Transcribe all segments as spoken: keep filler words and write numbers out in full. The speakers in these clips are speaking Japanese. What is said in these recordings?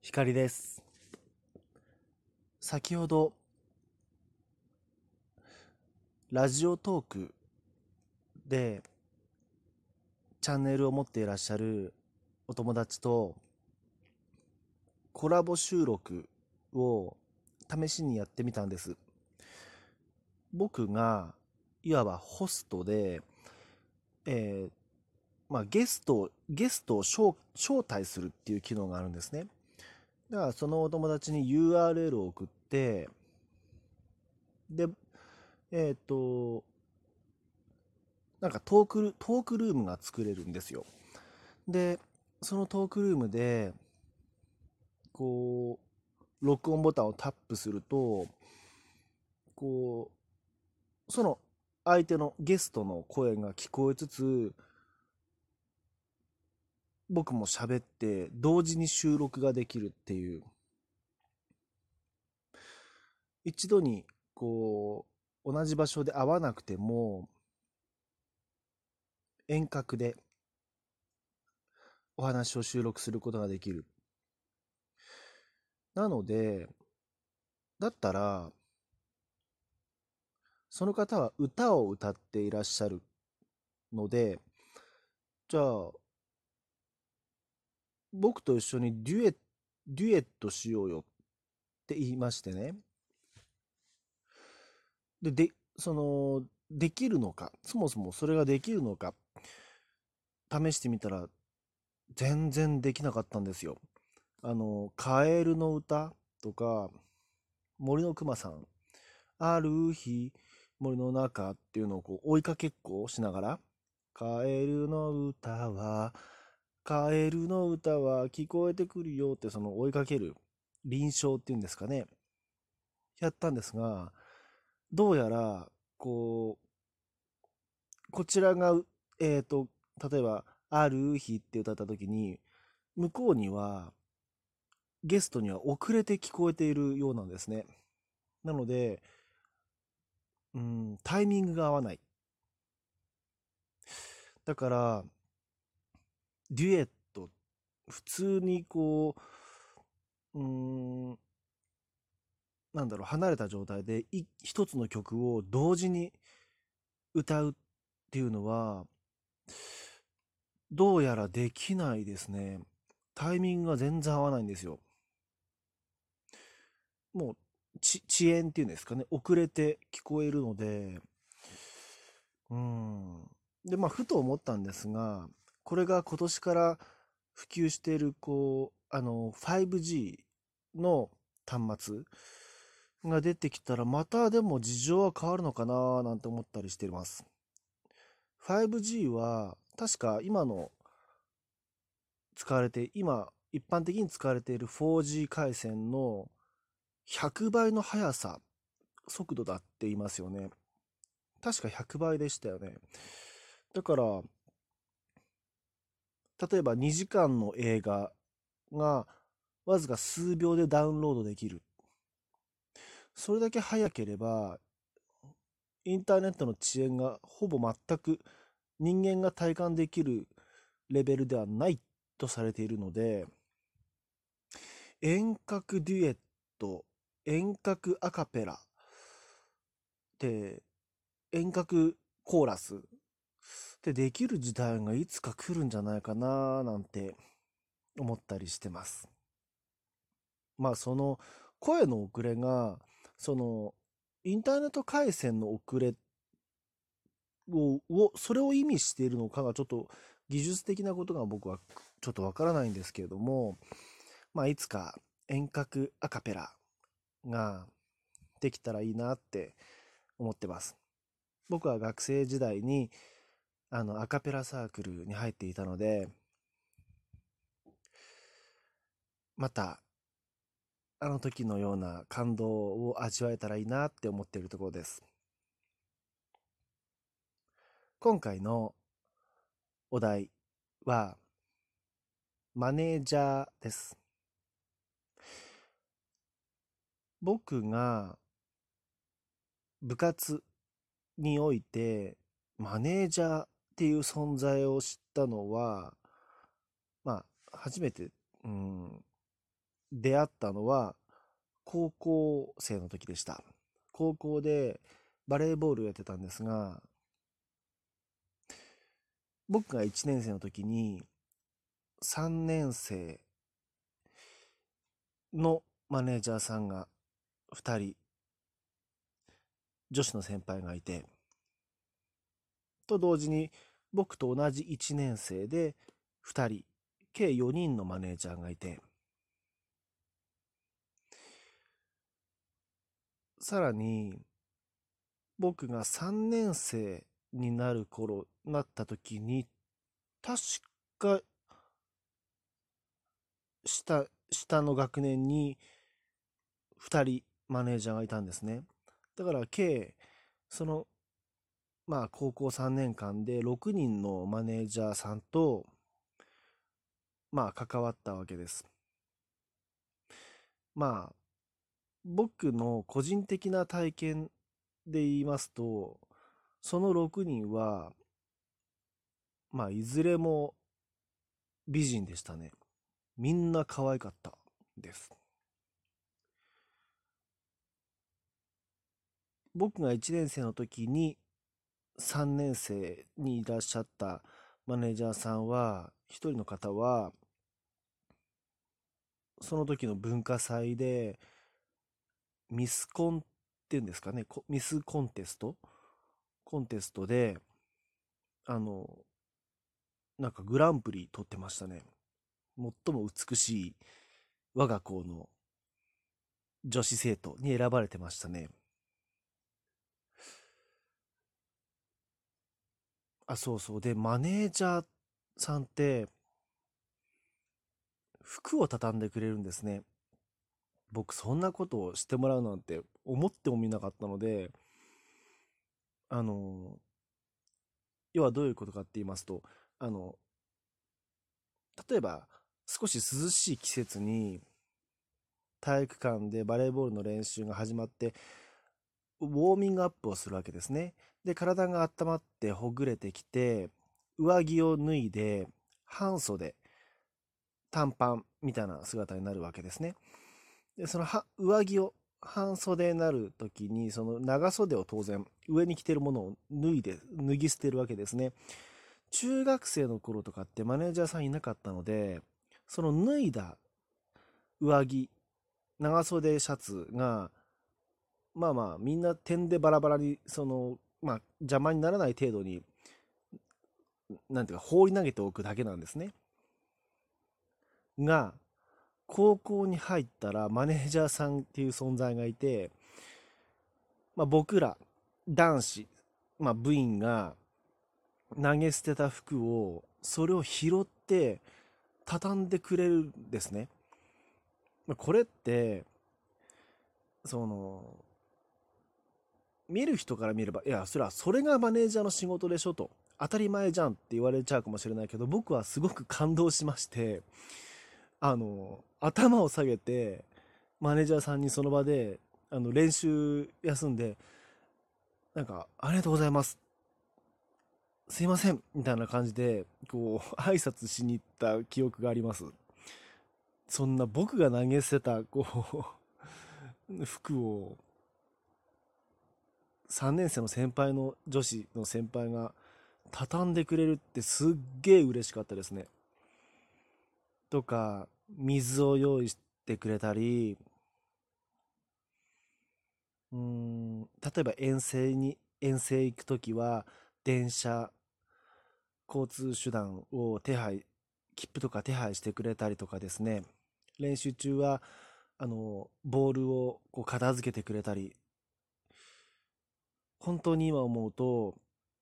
光です。先ほどラジオトークでチャンネルを持っていらっしゃるお友達とコラボ収録を試しにやってみたんです。僕がいわばホストで、えーまあ、ゲストゲストを招招待するっていう機能があるんですね。だからそのお友達に ユーアールエル を送って、でえっ、となんかトークルトークルームが作れるんですよ。で、そのトークルームで、こう、録音ボタンをタップすると、こう、その相手のゲストの声が聞こえつつ、僕も喋って同時に収録ができるっていう、一度にこう、同じ場所で会わなくても遠隔でお話を収録することができる。なので、だったら、その方は歌を歌っていらっしゃるので、じゃあ、僕と一緒にデュエ、デュエットしようよって言いましてね。で、で、その、できるのか、そもそもそれができるのか、試してみたら全然できなかったんですよ。あの、カエルの歌とか、森のくまさん、ある日、森の中っていうのをこう追いかけっこをしながら、カエルの歌は、カエルの歌は聞こえてくるよってその追いかける臨床っていうんですかね。やったんですが、どうやら、こう、こちらが、えっと、例えば、ある日って歌った時に、向こうには、ゲストには遅れて聞こえているようなんですね。なので、うん、タイミングが合わない。だから、デュエット、普通にこう、うーん、なんだろう、離れた状態でい一つの曲を同時に歌うっていうのは、どうやらできないですね。タイミングが全然合わないんですよ。もう、ち遅延っていうんですかね。遅れて聞こえるので、うん。で、まあ、ふと思ったんですが、これが今年から普及している、こう、あの、ファイブジー の端末が出てきたら、またでも事情は変わるのかななんて思ったりしています。ファイブジー は、確か今の使われて、今、一般的に使われている フォージー 回線のひゃくばいの速さ、速度だって言いますよね。確かひゃくばいでしたよね。だから、例えばにじかんの映画がわずか数秒でダウンロードできる。それだけ早ければ、インターネットの遅延がほぼ全く人間が体感できるレベルではないとされているので、遠隔デュエット、遠隔アカペラで、遠隔コーラスでできる時代がいつか来るんじゃないかななんて思ったりしてます。まあその声の遅れが、そのインターネット回線の遅れを、をそれを意味しているのかがちょっと技術的なことが僕はちょっとわからないんですけれども、まあいつか遠隔アカペラができたらいいなって思ってます。僕は学生時代にあのアカペラサークルに入っていたので、またあの時のような感動を味わえたらいいなって思っているところです。今回のお題はマネージャーです。僕が部活においてマネージャーっていう存在を知ったのは、まあ、初めて、うん、 出会ったのは高校生の時でした。高校でバレーボールをやってたんですが、僕がいちねん生の時にさんねん生のマネージャーさんがふたり、女子の先輩がいて、と同時に僕と同じいちねん生でふたり、計よにんのマネージャーがいて、さらに僕がさんねん生になる頃、なった時に、確か下、下の学年にふたりマネージャーがいたんですね。だから計、その、まあ高校さんねんかんでろくにんのマネージャーさんと、まあ関わったわけです。まあ、僕の個人的な体験で言いますと、そのろくにんは、まあいずれも美人でしたね。みんな可愛かったです。僕がいちねん生の時にさんねん生にいらっしゃったマネージャーさんは、一人の方は、その時の文化祭で、ミスコンっていうんですかね、ミスコンテストコンテストで、あの、なんかグランプリ取ってましたね。最も美しい我が校の女子生徒に選ばれてましたね。あ、そうそう。で、マネージャーさんって服を畳んでくれるんですね。僕そんなことをしてもらうなんて思ってもみなかったので、あの、要はどういうことかって言いますと、あの、例えば少し涼しい季節に体育館でバレーボールの練習が始まって、ウォーミングアップをするわけですね。で、体が温まってほぐれてきて、上着を脱いで、半袖、短パンみたいな姿になるわけですね。で、そのは上着を半袖になるときに、その長袖を当然上に着てるものを脱いで、脱ぎ捨てるわけですね。中学生の頃とかってマネージャーさんいなかったので、その脱いだ上着、長袖シャツが、まあまあみんな点でバラバラに、その、まあ邪魔にならない程度に、なんていうか放り投げておくだけなんですね。が、高校に入ったらマネージャーさんっていう存在がいて、まあ、僕ら男子、まあ、部員が投げ捨てた服をそれを拾って畳んでくれるんですね。まあこれってその見る人から見れば、いやそれはそれがマネージャーの仕事でしょと、当たり前じゃんって言われちゃうかもしれないけど、僕はすごく感動しまして、あの頭を下げてマネージャーさんにその場であの練習休んで、なんかありがとうございますすいませんみたいな感じでこう挨拶しに行った記憶があります。そんな僕が投げ捨てたこう服をさんねん生の先輩の女子の先輩が畳んでくれるってすっげえ嬉しかったですね。とか水を用意してくれたり、うーん例えば遠征に遠征行く時は電車交通手段を手配、切符とか手配してくれたりとかですね、練習中はあのボールをこう片付けてくれたり、本当に今思うと、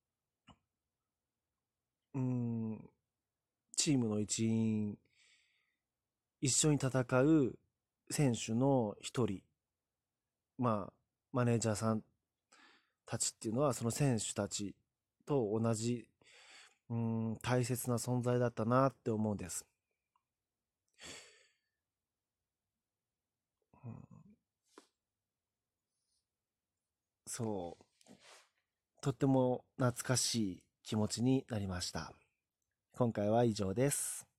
うーん、チームの一員、一緒に戦う選手の一人、まあ、マネージャーさんたちっていうのは、その選手たちと同じ、うーん、大切な存在だったなって思うんです。うん、そう。とっても懐かしい気持ちになりました。今回は以上です。